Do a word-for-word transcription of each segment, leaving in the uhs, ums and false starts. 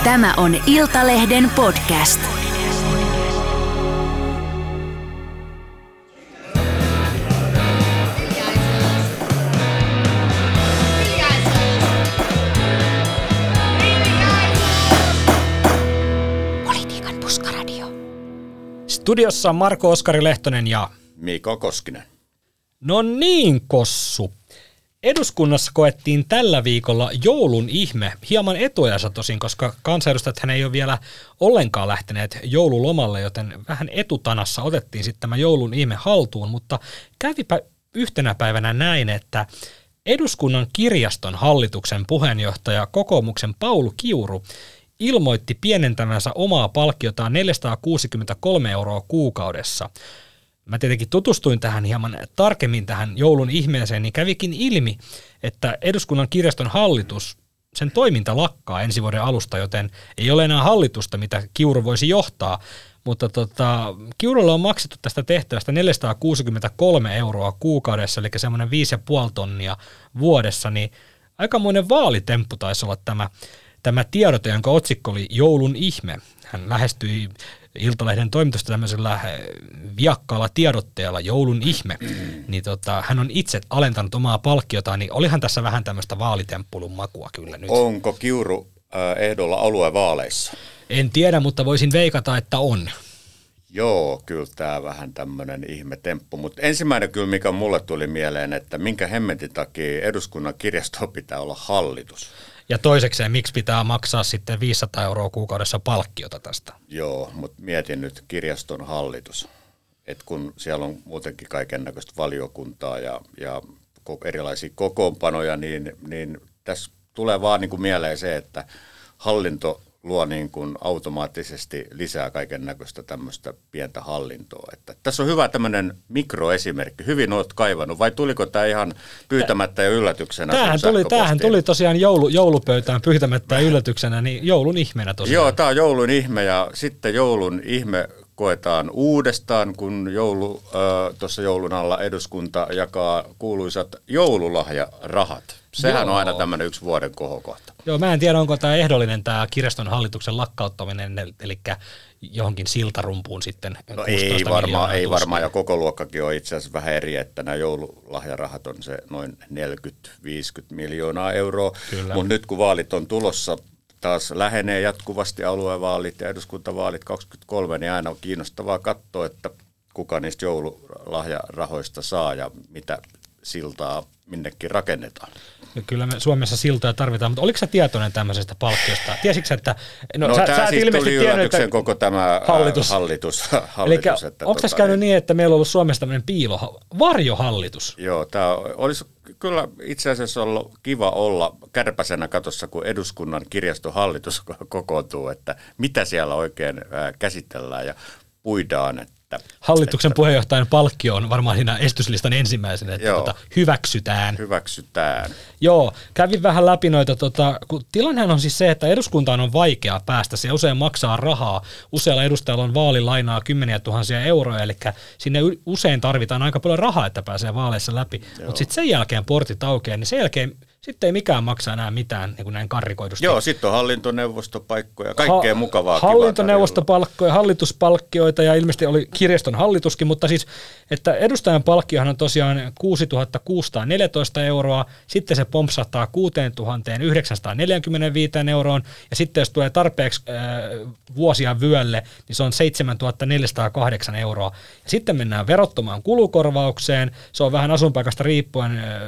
Tämä on Iltalehden podcast. Politiikan puskaradio. Studiossa on Marko Oskari Lehtonen ja Mikko Koskinen. No niin, Kossu. Eduskunnassa koettiin tällä viikolla joulun ihme, hieman etuajassa tosin, koska kansanedustajathan ei ole vielä ollenkaan lähteneet joululomalle, joten vähän etutanassa otettiin sitten tämä joulun ihme haltuun, mutta kävipä yhtenä päivänä näin, että Eduskunnan kirjaston hallituksen puheenjohtaja kokoomuksen Pauli Kiuru ilmoitti pienentämänsä omaa palkkiotaan neljäsataakuusikymmentäkolme euroa kuukaudessa. Mä tietenkin tutustuin tähän hieman tarkemmin tähän joulun ihmeeseen, niin kävikin ilmi, että Eduskunnan kirjaston hallitus, sen toiminta lakkaa ensi vuoden alusta, joten ei ole enää hallitusta, mitä Kiuru voisi johtaa, mutta tota, Kiurulla on maksettu tästä tehtävästä neljäsataakuusikymmentäkolme euroa kuukaudessa, eli semmoinen viisi ja puoli tonnia vuodessa, niin aikamoinen vaalitemppu taisi olla tämä, tämä tiedote, jonka otsikko oli joulun ihme. Hän lähestyi Iltalehden toimitusta tämmöisellä viakkaalla tiedotteella, joulun ihme, niin tota, hän on itse alentanut omaa palkkiotaan, niin olihan tässä vähän tämmöistä vaalitemppulun makua kyllä nyt. Onko Kiuru äh, ehdolla aluevaaleissa? En tiedä, mutta voisin veikata, että on. Joo, kyllä tämä vähän tämmöinen ihmetemppu, mutta ensimmäinen kyllä, mikä mulle tuli mieleen, että minkä hemmetin takia Eduskunnan kirjasto pitää olla hallitus. Ja toisekseen, miksi pitää maksaa sitten viisisataa euroa kuukaudessa palkkiota tästä? Joo, mutta mietin nyt kirjaston hallitus, että kun siellä on muutenkin kaikennäköistä valiokuntaa ja, ja erilaisia kokoonpanoja, niin, niin tässä tulee vaan niin kuin mieleen se, että hallinto luo niin kuin automaattisesti lisää kaiken näköistä tämmöistä pientä hallintoa. Että tässä on hyvä tämmöinen mikroesimerkki. Hyvin olet kaivannut, vai tuliko tämä ihan pyytämättä ja yllätyksenä? Tämähän tuli, tämähän tuli tosiaan joulu, joulupöytään pyytämättä ja yllätyksenä, niin joulun ihmeenä tosiaan. Joo, tämä on joulun ihme ja sitten joulun ihme koetaan uudestaan, kun joulu, äh, tuossa joulun alla eduskunta jakaa kuuluisat joululahjarahat. Sehän Joo. on aina tämmöinen yksi vuoden kohokohta. Joo, mä en tiedä, onko tämä ehdollinen tämä kirjaston hallituksen lakkauttaminen, eli johonkin siltarumpuun sitten. No ei varmaan, ei varmaan, ja koko luokkakin on itse asiassa vähän eri, että nämä joululahjarahat on se noin neljäkymmentä viisikymmentä miljoonaa euroa. Mutta nyt kun vaalit on tulossa, taas lähenee jatkuvasti aluevaalit ja eduskuntavaalit kaksikymmentäkolme, niin aina on kiinnostavaa katsoa, että kuka niistä joululahjarahoista saa ja mitä siltaa minnekin rakennetaan. Ja kyllä me Suomessa siltoja tarvitaan, mutta oliko sä tietoinen tämmöisestä palkkiosta? Tiesitkö, että... No, no sä, tämä sä siis tuli yllätyksen että koko tämä hallitus. hallitus, hallitus Eli onko tässä tota, käynyt niin, että meillä on ollut Suomessa tämmöinen piilo, varjohallitus? Joo, tämä olisi kyllä itse asiassa ollut kiva olla kärpäsenä katossa, kun eduskunnan kirjaston hallitus kokoontuu, että mitä siellä oikein käsitellään ja puidaan, että Hallituksen että, puheenjohtajan palkkio on varmaan siinä esityslistan ensimmäisenä, että tota, hyväksytään. Hyväksytään. Joo, kävin vähän läpi noita, tota, kun tilannehan on siis se, että eduskuntaan on vaikea päästä, se usein maksaa rahaa, usealla edustajalla on vaalilainaa kymmeniä tuhansia euroja, eli sinne usein tarvitaan aika paljon rahaa, että pääsee vaaleissa läpi, mutta sitten sen jälkeen portit aukeaa, niin sen jälkeen sitten ei mikään maksa enää mitään niin kuin näin karrikoidusti. Joo, sitten on hallintoneuvostopaikkoja, kaikkea ha- mukavaa. Hallintoneuvostopalkkoja, hallituspalkkioita ja ilmeisesti oli kirjaston hallituskin, mutta siis, että edustajan palkkiohan on tosiaan kuusituhatta-kuusisataaneljätoista euroa, sitten se pompsahtaa kuusituhatta yhdeksänsataaneljäkymmentäviisi euroon, ja sitten jos tulee tarpeeksi äh, vuosia vyölle, niin se on seitsemäntuhatta neljäsataakahdeksan euroa. Ja sitten mennään verottomaan kulukorvaukseen, se on vähän asuinpaikasta riippuen äh,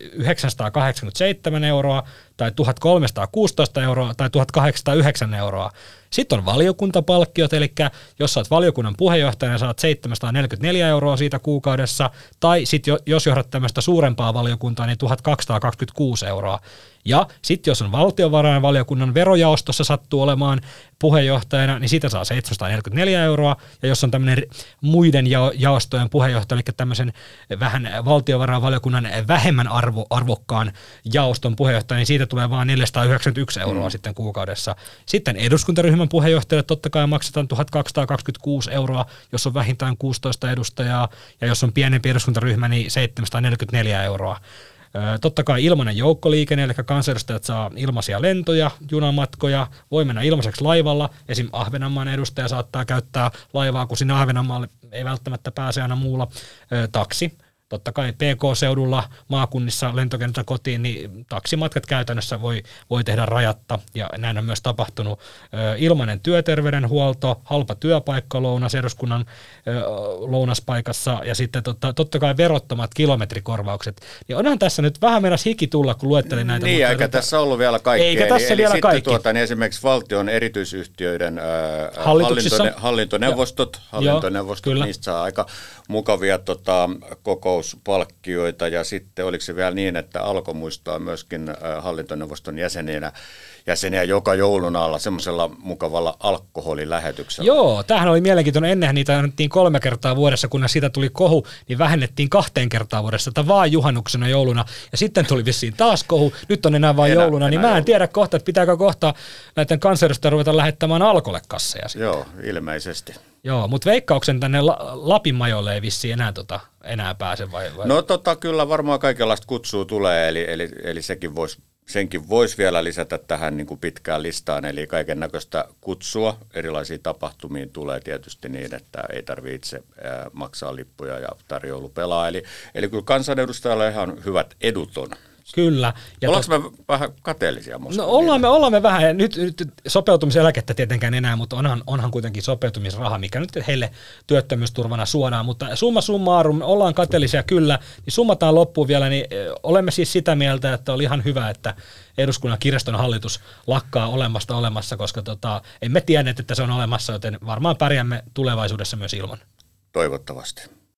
yhdeksänsataakahdeksankymmentäseitsemän euroa, tai tuhatkolmesataakuusitoista euroa, tai tuhatkahdeksansataayhdeksän euroa. Sitten on valiokuntapalkkiot, eli jos olet valiokunnan puheenjohtajana, saat seitsemänsataaneljäkymmentäneljä euroa siitä kuukaudessa, tai sitten jos johdat tämmöistä suurempaa valiokuntaa, niin tuhatkaksisataakaksikymmentäkuusi euroa. Ja sitten jos on valtiovarainvaliokunnan verojaostossa sattuu olemaan puheenjohtajana, niin siitä saa seitsemänsataaneljäkymmentäneljä euroa, ja jos on tämmöinen muiden ja- jaostojen puheenjohtaja, eli tämmöisen vähän valtiovarainvaliokunnan vähemmän arvo, arvokkaan jaoston puheenjohtaja, niin siitä tulee vain neljäsataayhdeksänkymmentäyksi euroa mm. sitten kuukaudessa. Sitten eduskuntaryhmän puheenjohtajalle totta kai maksetaan tuhatkaksisataakaksikymmentäkuusi euroa, jos on vähintään kuusitoista edustajaa, ja jos on pienempi eduskuntaryhmä, niin seitsemänsataaneljäkymmentäneljä euroa. Totta kai ilmainen joukkoliikenne, eli kansanedustajat saa ilmaisia lentoja, junamatkoja, voi mennä ilmaiseksi laivalla. Esim. Ahvenanmaan edustaja saattaa käyttää laivaa, kun sinne Ahvenanmaalle ei välttämättä pääse aina muulla. Taksi. Totta kai P K-seudulla, maakunnissa, lentokenttä kotiin, niin taksimatkat käytännössä voi, voi tehdä rajatta, ja näin on myös tapahtunut. Ilmainen työterveydenhuolto, halpa työpaikka lounas eduskunnan lounaspaikassa, ja sitten totta, totta kai verottomat kilometrikorvaukset. Niin onhan tässä nyt vähän mennäs hiki tulla, kun luettelin näitä. Niin, eikä tuota, tässä ollut vielä kaikki. Eikä tässä eli, vielä eli kaikki. Sitten tuota, niin esimerkiksi valtion erityisyhtiöiden ää, hallintone, hallintoneuvostot, hallintoneuvostot niistä saa aika mukavia tota, kokouspalkkioita, ja sitten oliko se vielä niin, että Alko muistaa myöskin hallintoneuvoston jäsenenä, jäseniä joka joulun alla semmoisella mukavalla alkoholilähetyksellä. Joo, tämähän oli mielenkiintoinen. Ennenhän niitä annettiin kolme kertaa vuodessa, kunnes siitä tuli kohu, niin vähennettiin kahteen kertaa vuodessa, että vaan juhannuksena jouluna, ja sitten tuli vissiin taas kohu, nyt on enää vain enä, jouluna, enä niin mä en jouluna. tiedä kohta, että pitääkö kohta näiden kansanedustajien ruveta lähettämään Alkolle kasseja sitten. Joo, ilmeisesti. Joo, mutta Veikkauksen tänne La- Lapin majoille ei vissiin enää, tota, enää pääse vai, vai? No tota, kyllä varmaan kaikenlaista kutsua tulee, eli, eli, eli sekin vois, senkin voisi vielä lisätä tähän niin kuin pitkään listaan, eli kaiken näköistä kutsua erilaisiin tapahtumiin tulee tietysti niin, että ei tarvitse itse ää, maksaa lippuja ja tarjoulu pelaa, eli, eli kyllä kansanedustajalla ihan hyvät edut on. Kyllä. Ja Ollaanko tos... me vähän kateellisia? No ollaan me, ollaan me vähän, nyt, nyt sopeutumiseläkettä tietenkään enää, mutta onhan, onhan kuitenkin sopeutumisraha, mikä nyt heille työttömyysturvana suodaan, mutta summa summarum, ollaan kateellisia kyllä, niin summataan loppuun vielä, niin olemme siis sitä mieltä, että oli ihan hyvä, että eduskunnan kirjaston hallitus lakkaa olemasta olemassa, koska tota, emme tienneet, että se on olemassa, joten varmaan pärjäämme tulevaisuudessa myös ilman. Toivottavasti.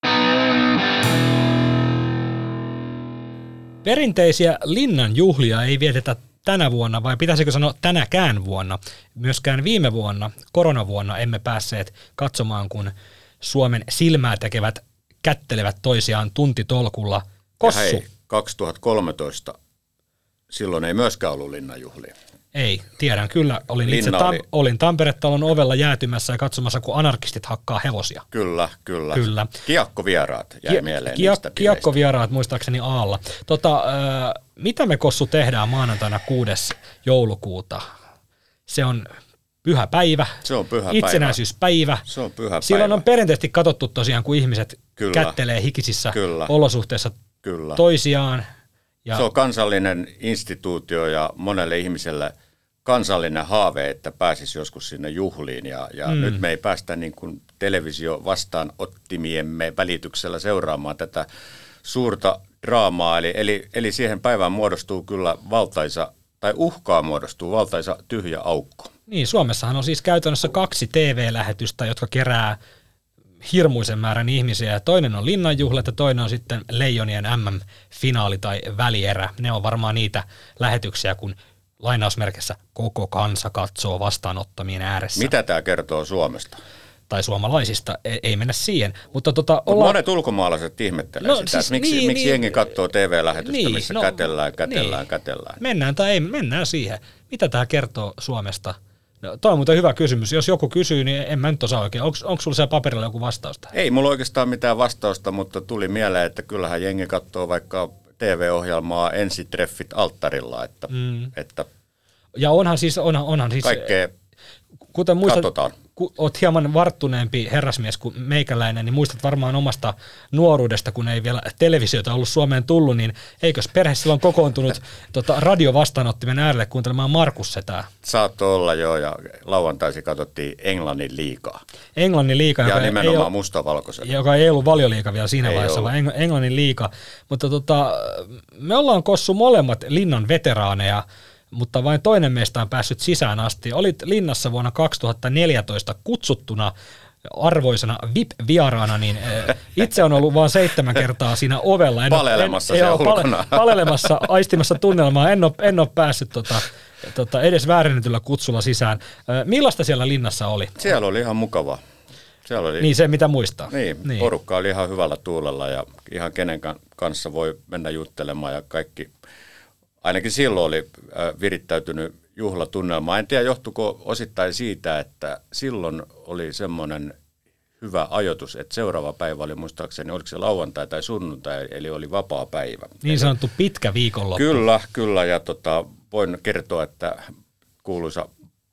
Perinteisiä linnan juhlia ei vietetä tänä vuonna, vai pitäisikö sanoa tänäkään vuonna. Myöskään viime vuonna, koronavuonna, emme päässeet katsomaan, kun Suomen silmää tekevät kättelevät toisiaan tuntitolkulla. Kossu. Ja hei, kaksituhattakolmetoista silloin ei myöskään ollut linnanjuhlia. Ei, tiedän kyllä. Olin itse Tam- oli... olin Tampere-talon ovella jäätymässä ja katsomassa, kun anarkistit hakkaa hevosia. Kyllä, kyllä. kyllä. Kiekkovieraat jäi Ki- mieleen Ki- niistä Kiekkovieraat muistaakseni Aalla. Tota, äh, mitä me Kossu tehdään maanantaina kuudes joulukuuta? Se on pyhä päivä. Se on pyhä itsenäisyyspäivä. päivä. Se on pyhä päivä. Silloin on perinteisesti katsottu tosiaan, kun ihmiset kyllä. kättelee hikisissä kyllä. olosuhteissa kyllä. toisiaan. Ja se on kansallinen instituutio ja monelle ihmiselle kansallinen haave, että pääsisi joskus sinne juhliin. Ja, ja mm. nyt me ei päästä niin kuin televisio vastaanottimiemme välityksellä seuraamaan tätä suurta draamaa. Eli, eli, eli siihen päivään muodostuu kyllä valtaisa, tai uhkaa muodostuu valtaisa tyhjä aukko. Niin, Suomessahan on siis käytännössä kaksi T V-lähetystä, jotka kerää hirmuisen määrän ihmisiä, ja toinen on linnanjuhlat ja toinen on sitten Leijonien M M-finaali tai välierä. Ne on varmaan niitä lähetyksiä, kun lainausmerkissä koko kansa katsoo vastaanottamien ääressä. Mitä tämä kertoo Suomesta? Tai suomalaisista, ei, ei mennä siihen. Mutta tota, ollaan... Monet ulkomaalaiset ihmettelee no, sitä, siis, että miksi, niin, miksi niin, jengi katsoo T V-lähetystä, niin, missä no, kätellään, kätellään, niin. kätellään. Mennään tai ei, mennään siihen. Mitä tämä kertoo Suomesta? No, toi on muuten hyvä kysymys. Jos joku kysyy, niin en mä nyt osaa oikein. Onko, onko sulla siellä paperilla joku vastaus tähän? Ei mulla oikeastaan mitään vastausta, mutta tuli mieleen, että kyllähän jengi katsoo vaikka T V-ohjelmaa Ensitreffit alttarilla. Että, mm. että ja onhan siis... Onhan, onhan siis kaikkea kuten muistat, katsotaan. Kun oot hieman varttuneempi herrasmies kuin meikäläinen, niin muistat varmaan omasta nuoruudesta, kun ei vielä televisiota ollut Suomeen tullut, niin eikös perhe silloin kokoontunut tota, radiovastaanottimen äärelle kuuntelemaan Markus Setää? Saattoi olla joo, ja lauantaisin katsottiin Englannin liigaa. Englannin liiga, ja joka nimenomaan ei mustavalkoisella. Joka ei ollut valioliiga vielä siinä ei vaiheessa, ollut. vaan Englannin liiga. Mutta tota, me ollaan Kossu molemmat linnan veteraaneja, mutta vain toinen meistä on päässyt sisään asti. Olit linnassa vuonna kaksituhattaneljätoista kutsuttuna arvoisena V I P-vieraana, niin itse on ollut vain seitsemän kertaa siinä ovella. En palelemassa en, se joo, ulkona. Palelemassa, aistimassa tunnelmaa. En ole, en ole päässyt tota, tota, edes väärennetyllä kutsulla sisään. Millaista siellä linnassa oli? Siellä oli ihan mukavaa. Siellä oli, niin se, mitä muistaa. Niin, niin, porukka oli ihan hyvällä tuulella ja ihan kenen kanssa voi mennä juttelemaan ja kaikki... Ainakin silloin oli virittäytynyt juhlatunnelma. En tiedä, johtuiko osittain siitä, että silloin oli semmoinen hyvä ajoitus, että seuraava päivä oli muistaakseni, oliko se lauantai tai sunnuntai, eli oli vapaa päivä. Niin sanottu pitkä viikonloppu. Kyllä, kyllä, ja tota, voin kertoa, että kuuluisa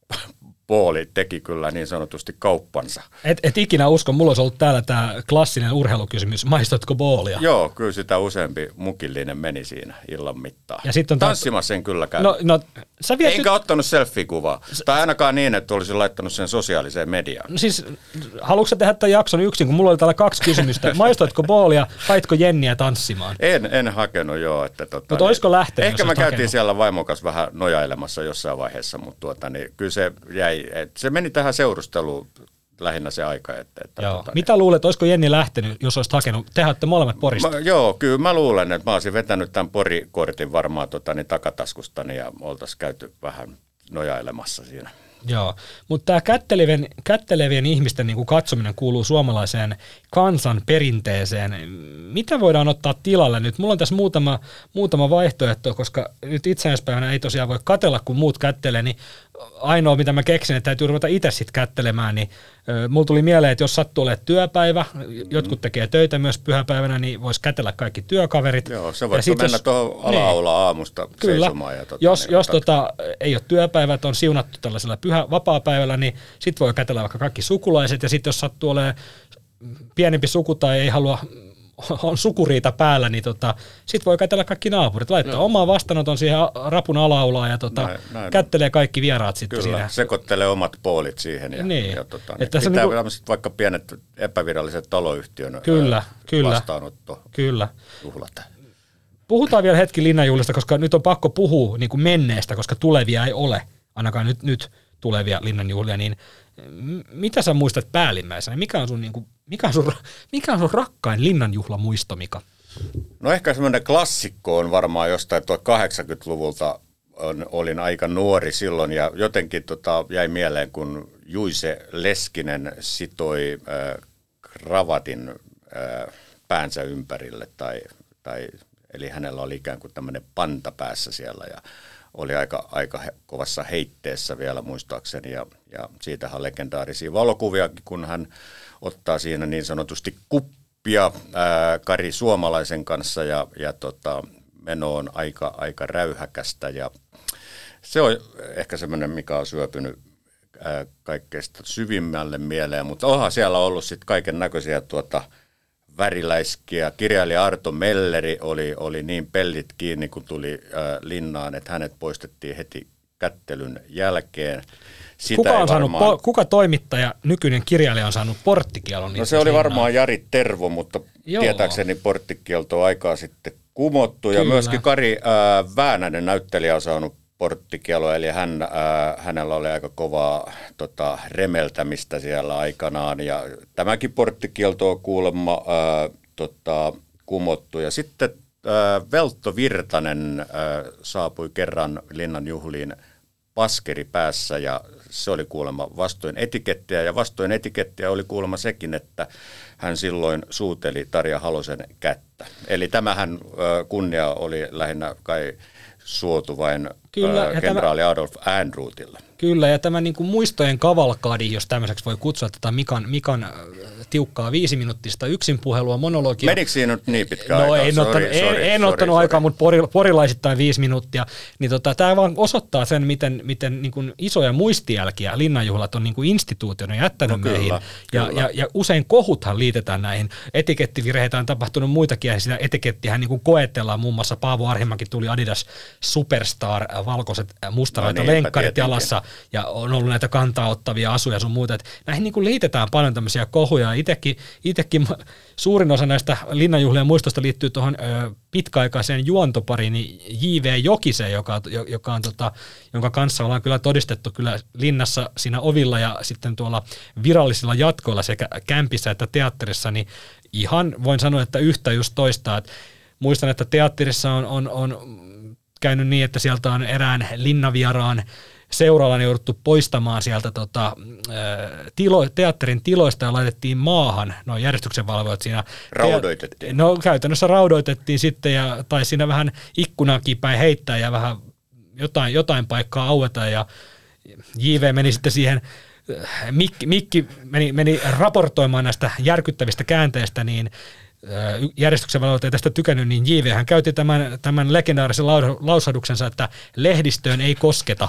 Pauli teki kyllä niin sanotusti kauppansa. Et, et ikinä usko, mulla olisi ollut täällä tämä klassinen urheilukysymys, maistatko boolia? Joo, kyllä sitä useampi mukillinen meni siinä illan mittaan. Ja sit on tanssimassa en kyllä käynyt. No, no, sä viet Enkä nyt... ottanut selfie-kuvaa, tai ainakaan niin, että olisin laittanut sen sosiaaliseen mediaan. No siis, haluatko sä tehdä tämän jakson yksin, kun mulla oli täällä kaksi kysymystä. Maistoitko boolia, haitko Jenniä tanssimaan? En, en hakenut, joo. Että tota, mutta olisiko lähtenyt? Ehkä me käytiin hakenut? Siellä vaimokas vähän nojailemassa jossain vaiheessa, mutta tuota, niin, kyllä se jäi, että se meni tähän seurusteluun lähinnä se aika. Että, että, joo. tota, Mitä luulet, olisiko Jenni lähtenyt, jos olisit hakenut? Te olette molemmat Porista. Mä, joo, kyllä mä luulen, että mä olisin vetänyt tämän Pori-kortin varmaan tota, niin takataskustani ja oltaisiin käyty vähän nojailemassa siinä. Joo, mutta tämä kättelevien, kättelevien ihmisten niin kuin katsominen kuuluu suomalaiseen kansan perinteeseen. Mitä voidaan ottaa tilalle nyt? Mulla on tässä muutama, muutama vaihtoehto, koska nyt itsenäispäivänä ei tosiaan voi katsella, kun muut kättelee, niin ainoa, mitä mä keksin, että täytyy ruveta itse sitten kättelemään, niin ö, mulla tuli mieleen, että jos sattuu olemaan työpäivä, jotkut tekee töitä myös pyhäpäivänä, niin voisi kätellä kaikki työkaverit. Joo, se voisi mennä tuohon ala-aulaan niin, aamusta kyllä, seisomaan. Ja tota, jos niin, jos tota, ei ole työpäivät, on siunattu tällaisella pyhä vapaa-päivällä, niin sitten voi kätellä vaikka kaikki sukulaiset, ja sitten jos sattuu olemaan pienempi suku tai ei halua on sukuriita päällä, niin tota, sit voi kätellä kaikki naapurit. Laittaa no. oman vastaanoton siihen rapun alaulaan ja tota, näin, näin kättelee kaikki vieraat sitten kyllä, siinä. sekoittelee omat poolit siihen. Ja, niin. ja tota, niin pitää niinku, vaikka pienet epäviralliset taloyhtiön kyllä, kyllä, vastaanotto kyllä. juhlat. Puhutaan vielä hetki linnanjuhlista, koska nyt on pakko puhua niin kuin menneestä, koska tulevia ei ole, ainakaan nyt, nyt tulevia linnanjuhlia, niin mitä sä muistat päällimmäisenä? Mikä on sun, niin kuin, mikä on sun, mikä on sun rakkain linnanjuhlamuisto, Mika? No ehkä semmoinen klassikko on varmaan jostain kahdeksankymmentäluvulta, on, olin aika nuori silloin ja jotenkin tota, jäi mieleen, kun Juise Leskinen sitoi äh, kravatin äh, päänsä ympärille, tai, tai, eli hänellä oli ikään kuin tämmöinen panta päässä siellä ja oli aika, aika kovassa heitteessä vielä muistaakseni, ja, ja siitähän on legendaarisia valokuviakin, kun hän ottaa siinä niin sanotusti kuppia ää, Kari Suomalaisen kanssa, ja, ja tota, meno on aika, aika räyhäkästä, ja se on ehkä semmoinen, mikä on syöpynyt ää, kaikkeista syvimmälle mieleen, mutta onhan siellä ollut sitten kaiken näköisiä tuota, väriläiskiä. Kirjailija Arto Melleri oli, oli niin pellit kiinni, kun tuli äh, linnaan, että hänet poistettiin heti kättelyn jälkeen. Sitä kuka, on varmaan... saanut, kuka toimittaja, nykyinen kirjailija on saanut porttikielon? No se oli linnaan. Varmaan Jari Tervo, mutta joo, tietääkseni porttikielto on aikaa sitten kumottu. Kyllä. Ja myöskin Kari äh, Väänänen näyttelijä on saanut porttikielo, eli hän, äh, hänellä oli aika kovaa tota, remeltämistä siellä aikanaan, ja tämäkin porttikielto on kuulemma äh, tota, kumottu. Ja sitten äh, Veltto Virtanen äh, saapui kerran linnanjuhliin paskeri päässä, ja se oli kuulemma vastoin etikettiä, ja vastoin etikettiä oli kuulemma sekin, että hän silloin suuteli Tarja Halosen kättä. Eli tämähän äh, kunnia oli lähinnä kai suotu vain Kyllä, äh, kenraali tämä, Adolf Ehrnrootilla. Kyllä, ja tämä niin kuin muistojen kavalkadi, jos tämmöiseksi voi kutsua tätä Mikan, Mikan tiukkaa viisiminuuttista yksinpuhelua, monologia. Menikö siinä nyt niin pitkä no, aikaa? En, sorry, ottanut, sorry, en, en sorry, ottanut sorry. aikaa, mutta pori, porilaisittain viisi minuuttia. Niin tota, tämä vaan osoittaa sen, miten, miten niin kuin isoja muistijälkiä linnanjuhlat on niin kuin instituutiona jättänyt no, meihin. Kyllä, ja, kyllä. Ja, ja usein kohuthan liitetään näihin. Etikettivirheitä on tapahtunut muitakin, ja sitä etikettihän niin kuin koetellaan. Muun muassa Paavo Arhimäki tuli Adidas Superstar, valkoiset mustaraita no, lenkkarit jalassa, ja on ollut näitä kantaa ottavia asuja sun muuta. Et näihin niin kuin liitetään paljon tämmöisiä kohuja. Itekin, itekin suurin osa näistä linnanjuhlien muistosta liittyy tuohon ö, pitkäaikaiseen juontopariin, niin J V Jokiseen, joka, joka on, tota, jonka kanssa ollaan kyllä todistettu kyllä linnassa siinä ovilla ja sitten tuolla virallisilla jatkoilla sekä kämpissä että teatterissa, niin ihan voin sanoa, että yhtä just toistaa. Et muistan, että teatterissa on, on, on käynyt niin, että sieltä on erään linnavieraan seuralla jouduttu poistamaan sieltä tota, tilo, teatterin tiloista ja laitettiin maahan, no järjestyksenvalvojat siinä. Raudoitettiin. No käytännössä raudoitettiin sitten, ja, tai siinä vähän ikkunakin päin heittää ja vähän jotain, jotain paikkaa aueta, ja J V meni sitten siihen Mikki, Mikki meni, meni raportoimaan näistä järkyttävistä käänteistä, niin järjestyksen valvonta ei tästä tykännyt, niin J V hän käytti tämän, tämän legendaarisen lausahduksensa, että lehdistöön ei kosketa.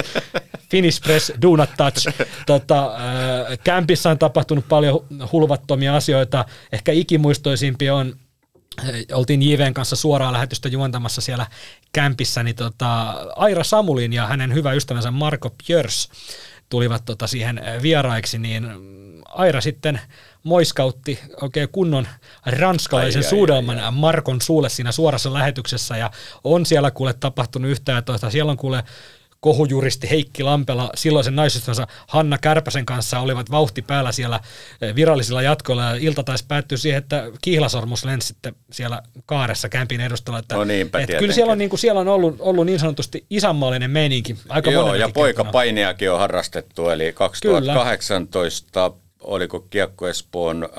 Finnish press, do not touch. Tota, äh, kämpissä on tapahtunut paljon hulvattomia asioita. Ehkä ikimuistoisimpia on, äh, oltiin J V:n kanssa suoraan lähetystä juontamassa siellä kämpissä, niin tota, Aira Samulin ja hänen hyvä ystävänsä Marko Björs tulivat tota siihen vieraiksi, niin Aira sitten moiskautti oikein kunnon ranskalaisen ai, suudelman ai, ai. Markon suulle siinä suorassa lähetyksessä, ja on siellä kuule tapahtunut yhtä ja toista. Siellä on kuule kohujuristi Heikki Lampela silloisen naisystävänsä Hanna Kärpäsen kanssa olivat vauhti päällä siellä virallisilla jatkoilla, ja ilta taisi päättyä siihen, että kihlasormus lensi sitten siellä kaaressa kämpin edustalla. Että, no niinpä että kyllä siellä on, niin kuin, siellä on ollut, ollut niin sanotusti isänmaallinen meininki. Aika joo, ja poikapainiakin on harrastettu, eli kaksituhattakahdeksantoista kyllä. Oliko Kiekko Espoon äh,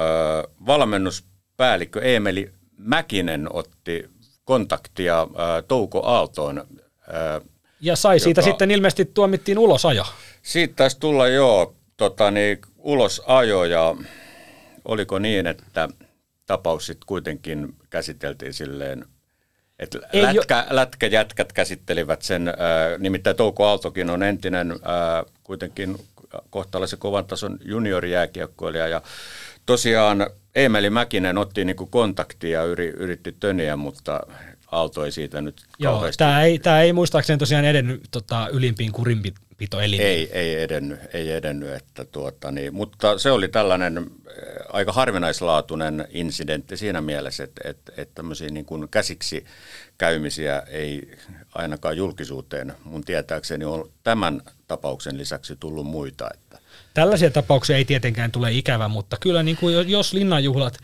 valmennuspäällikkö Eemeli Mäkinen otti kontaktia äh, Touko Aaltoon. Äh, ja sai siitä joka, sitten ilmeisesti tuomittiin ulosajo. Siitä taisi tulla jo tota, niin, ulosajo, ja oliko niin, että tapaus sitten kuitenkin käsiteltiin silleen, että lätkä, lätkäjätkät käsittelivät sen, äh, nimittäin Touko Aaltokin on entinen äh, kuitenkin kohtalaisen kovan tason juniorijääkiekkoilija, ja tosiaan Eemeli Mäkinen otti niinku kontaktia ja yritti töniä, mutta Aalto ei siitä nyt joo, kauheasti. Tämä ei, tämä ei muistaakseni tosiaan edennyt tota, ylimpiin kurinpitoelimiin. Ei, ei edennyt, ei edennyt että tuota, niin, mutta se oli tällainen aika harvinaislaatuinen incidentti siinä mielessä, että, että, että tämmöisiä niin kuin käsiksi käymisiä ei ainakaan julkisuuteen mun tietääkseni ole tämän tapauksen lisäksi tullut muita. Että. Tällaisia tapauksia ei tietenkään tule ikävä, mutta kyllä niin kuin jos linnanjuhlat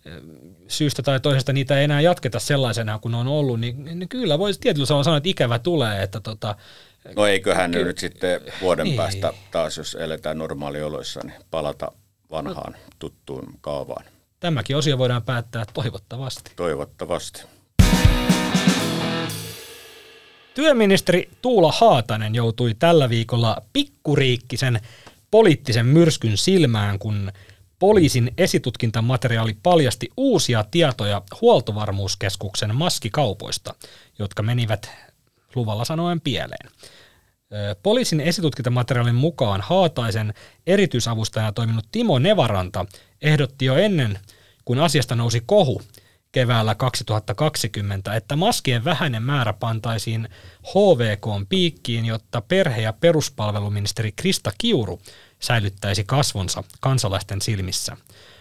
syystä tai toisesta niitä ei enää jatketa sellaisena kuin on ollut, niin, niin kyllä voisi tietyllä tavalla sanoa, että ikävä tulee. Että tota, no eiköhän ky- nyt sitten vuoden ei. päästä taas, jos eletään normaalioloissa, niin palata vanhaan tuttuun kaavaan. Tämäkin osio voidaan päättää toivottavasti. Toivottavasti. Työministeri Tuula Haatainen joutui tällä viikolla pikkuriikkisen poliittisen myrskyn silmään, kun poliisin esitutkintamateriaali paljasti uusia tietoja Huoltovarmuuskeskuksen maskikaupoista, jotka menivät luvalla sanoen pieleen. Poliisin esitutkintamateriaalin mukaan Haataisen erityisavustajana toiminut Timo Nevaranta ehdotti jo ennen, kun asiasta nousi kohu keväällä kaksituhattakaksikymmentä, että maskien vähäinen määrä pantaisiin H V K:n piikkiin, jotta perhe- ja peruspalveluministeri Krista Kiuru säilyttäisi kasvonsa kansalaisten silmissä.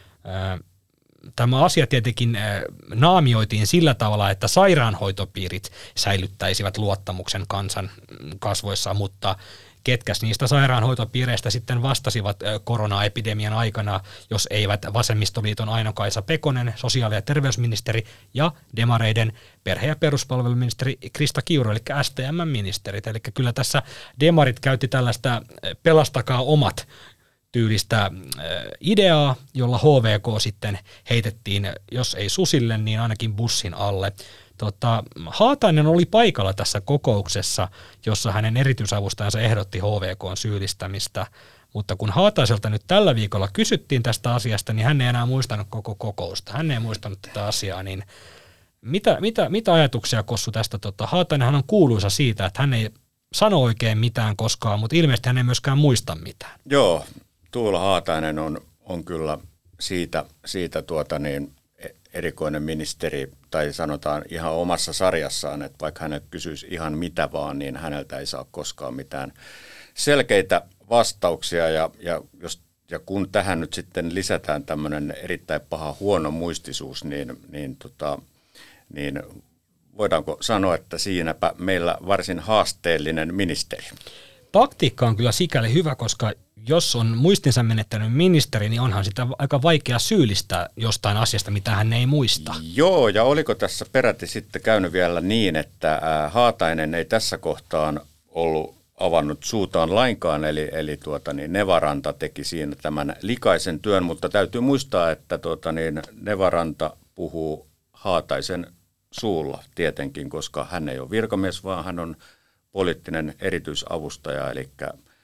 Tämä asia tietenkin naamioitiin sillä tavalla, että sairaanhoitopiirit säilyttäisivät luottamuksen kansan kasvoissa, mutta ketkäs niistä sairaanhoitopiireistä sitten vastasivat koronaepidemian aikana, jos eivät Vasemmistoliiton Aino-Kaisa Pekonen, sosiaali- ja terveysministeri, ja demareiden perhe- ja peruspalveluministeri Krista Kiuru, eli S T M-ministerit. Eli kyllä tässä demarit käytti tällaista pelastakaa omat tyylistä ideaa, jolla H V K sitten heitettiin, jos ei susille, niin ainakin bussin alle. Tota, Haatainen oli paikalla tässä kokouksessa, jossa hänen erityisavustajansa ehdotti H V K:n syyllistämistä, mutta kun Haataiselta nyt tällä viikolla kysyttiin tästä asiasta, niin hän ei enää muistanut koko kokousta. Hän ei muistanut tätä asiaa, niin mitä, mitä, mitä ajatuksia Kossu tästä? Tota, Haatainenhan on kuuluisa siitä, että hän ei sano oikein mitään koskaan, mutta ilmeisesti hän ei myöskään muista mitään. Joo, Tuula Haatainen on, on kyllä siitä, siitä tuota niin, erikoinen ministeri, tai sanotaan ihan omassa sarjassaan, että vaikka hänet kysyisi ihan mitä vaan, niin häneltä ei saa koskaan mitään selkeitä vastauksia, ja, ja, jos, ja kun tähän nyt sitten lisätään tämmöinen erittäin paha huono muistisuus, niin, niin, tota, niin voidaanko sanoa, että siinäpä meillä varsin haasteellinen ministeri. Taktiikka on kyllä sikäli hyvä, koska jos on muistinsa menettänyt ministeri, niin onhan sitä aika vaikea syyllistää jostain asiasta, mitä hän ei muista. Joo, ja oliko tässä peräti sitten käynyt vielä niin, että Haatainen ei tässä kohtaan ollut avannut suutaan lainkaan, eli, eli tuota, niin Nevaranta teki siinä tämän likaisen työn, mutta täytyy muistaa, että tuota, niin Nevaranta puhuu Haataisen suulla tietenkin, koska hän ei ole virkamies, vaan hän on poliittinen erityisavustaja, eli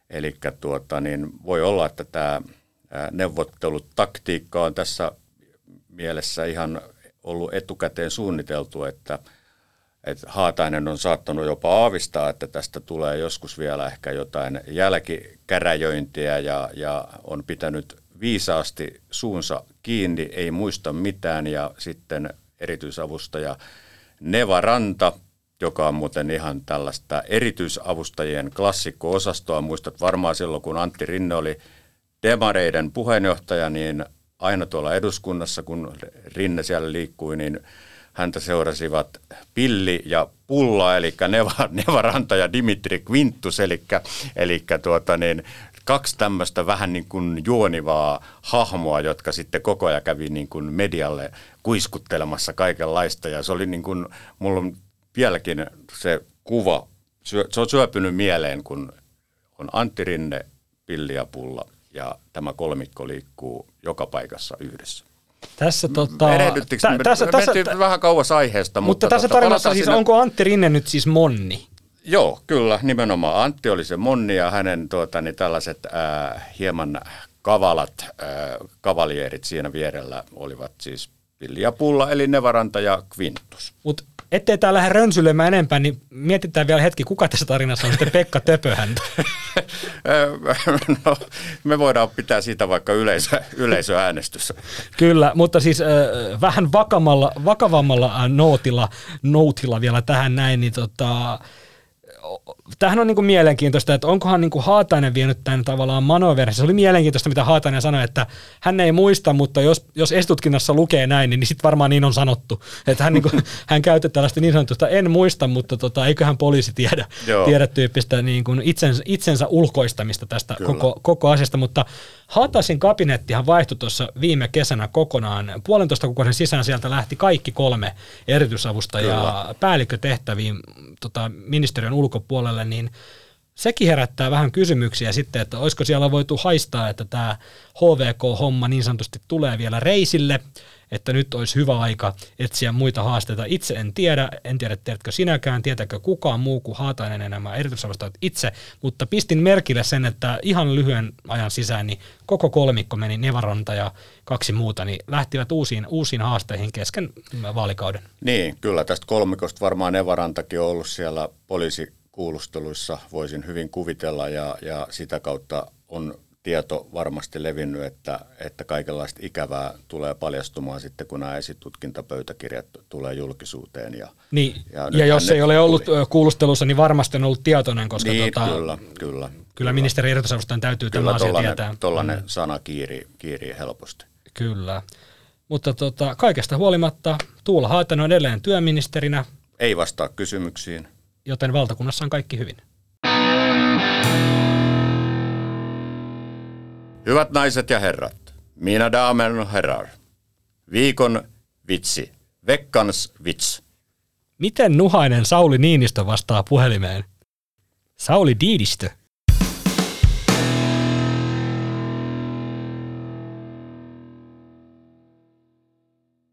Eli tuota, niin voi olla, että tämä neuvottelutaktiikka on tässä mielessä ihan ollut etukäteen suunniteltu, että, että Haatainen on saattanut jopa aavistaa, että tästä tulee joskus vielä ehkä jotain jälkikäräjöintiä ja, ja on pitänyt viisaasti suunsa kiinni, ei muista mitään ja sitten erityisavustaja Neva Ranta, joka on muuten ihan tällaista erityisavustajien klassikko-osastoa. Muistat varmaan silloin, kun Antti Rinne oli demareiden puheenjohtaja, niin aina tuolla eduskunnassa, kun Rinne siellä liikkui, niin häntä seurasivat Pilli ja Pulla, eli Neva, Neva Ranta ja Dimitri Quintus, eli, eli tuota niin, kaksi tämmöistä vähän niin kuin juonivaa hahmoa, jotka sitten koko ajan kävi niin kuin medialle kuiskuttelemassa kaikenlaista, ja se oli niin kuin, mulla on vieläkin se kuva, se on syöpynyt mieleen, kun on Antti Rinne, Pilli ja Pulla, ja tämä kolmikko liikkuu joka paikassa yhdessä. Tässä tota, Erehdyttikö? Tä, tässä, me tässä, mentiin vähän kauas aiheesta. Mutta, mutta tässä tota, tarinassa siis, siinä, onko Antti Rinne nyt siis monni? Joo, kyllä, nimenomaan. Antti oli se monni ja hänen tuota, niin tällaiset äh, hieman kavalat äh, kavalierit siinä vierellä olivat siis Pilli ja Pulla, eli Neva Ranta ja Quintus. Mutta ettei tää lähde rönsyilemään enempää, niin mietitään vielä hetki, kuka tässä tarinassa on sitten Pekka Töpöhäntä? No, me voidaan pitää siitä vaikka yleisö, yleisöäänestys. Kyllä, mutta siis äh, vähän vakavammalla, vakavammalla äh, nootilla, nootilla vielä tähän näin, niin tota, tämähän on niinku mielenkiintoista, että onkohan niinku Haatainen vienyt tämän tavallaan manoverissa. Se oli mielenkiintoista, mitä Haatainen sanoi, että hän ei muista, mutta jos, jos esitutkinnassa lukee näin, niin, niin sitten varmaan niin on sanottu. Että hän, niinku, hän käytti tällaista niin sanotusta en muista, mutta tota, eiköhän poliisi tiedä, tiedä tyyppistä niin kuin itsensä, itsensä ulkoistamista tästä koko, koko asiasta. Mutta Haataisen kabinettihan vaihtui tuossa viime kesänä kokonaan. Puolentoista kuukauden sisään sieltä lähti kaikki kolme erityisavustajaa Kyllä. päällikkötehtäviin tota, ministeriön ulkopuolelle, niin sekin herättää vähän kysymyksiä sitten, että olisiko siellä voitu haistaa, että tämä H V K-homma niin sanotusti tulee vielä reisille, että nyt olisi hyvä aika etsiä muita haasteita. Itse en tiedä, en tiedä tiedätkö sinäkään, tietääkö kukaan muu kuin Haatainen ja nämä erityisavustajat itse, mutta pistin merkille sen, että ihan lyhyen ajan sisään niin koko kolmikko meni, Neva Ranta ja kaksi muuta, niin lähtivät uusiin, uusiin haasteihin kesken vaalikauden. Niin, kyllä tästä kolmikosta varmaan Neva Rantakin on ollut siellä poliisikuulusteluissa, voisin hyvin kuvitella, ja, ja sitä kautta on tieto varmasti levinnyt, että, että kaikenlaista ikävää tulee paljastumaan sitten, kun nämä esitutkintapöytäkirjat tulee julkisuuteen. Ja, niin, ja, ja jos ei ole ollut tuli. kuulustelussa, niin varmasti on ollut tietoinen, koska niin, tota, kyllä, kyllä, kyllä ministerin erityisavustajan täytyy kyllä tämä asia tollainen, tietää. Tuollainen mm. sana kiirii, kiirii helposti. Kyllä, mutta tota, kaikesta huolimatta Tuula Haatainen on edelleen työministerinä. Ei vastaa kysymyksiin. Joten valtakunnassa on kaikki hyvin. Hyvät naiset ja herrat, mina damen och herrar. Viikon vitsi, veckans vits. Miten nuhainen Sauli Niinistö vastaa puhelimeen? Sauli Diidistö.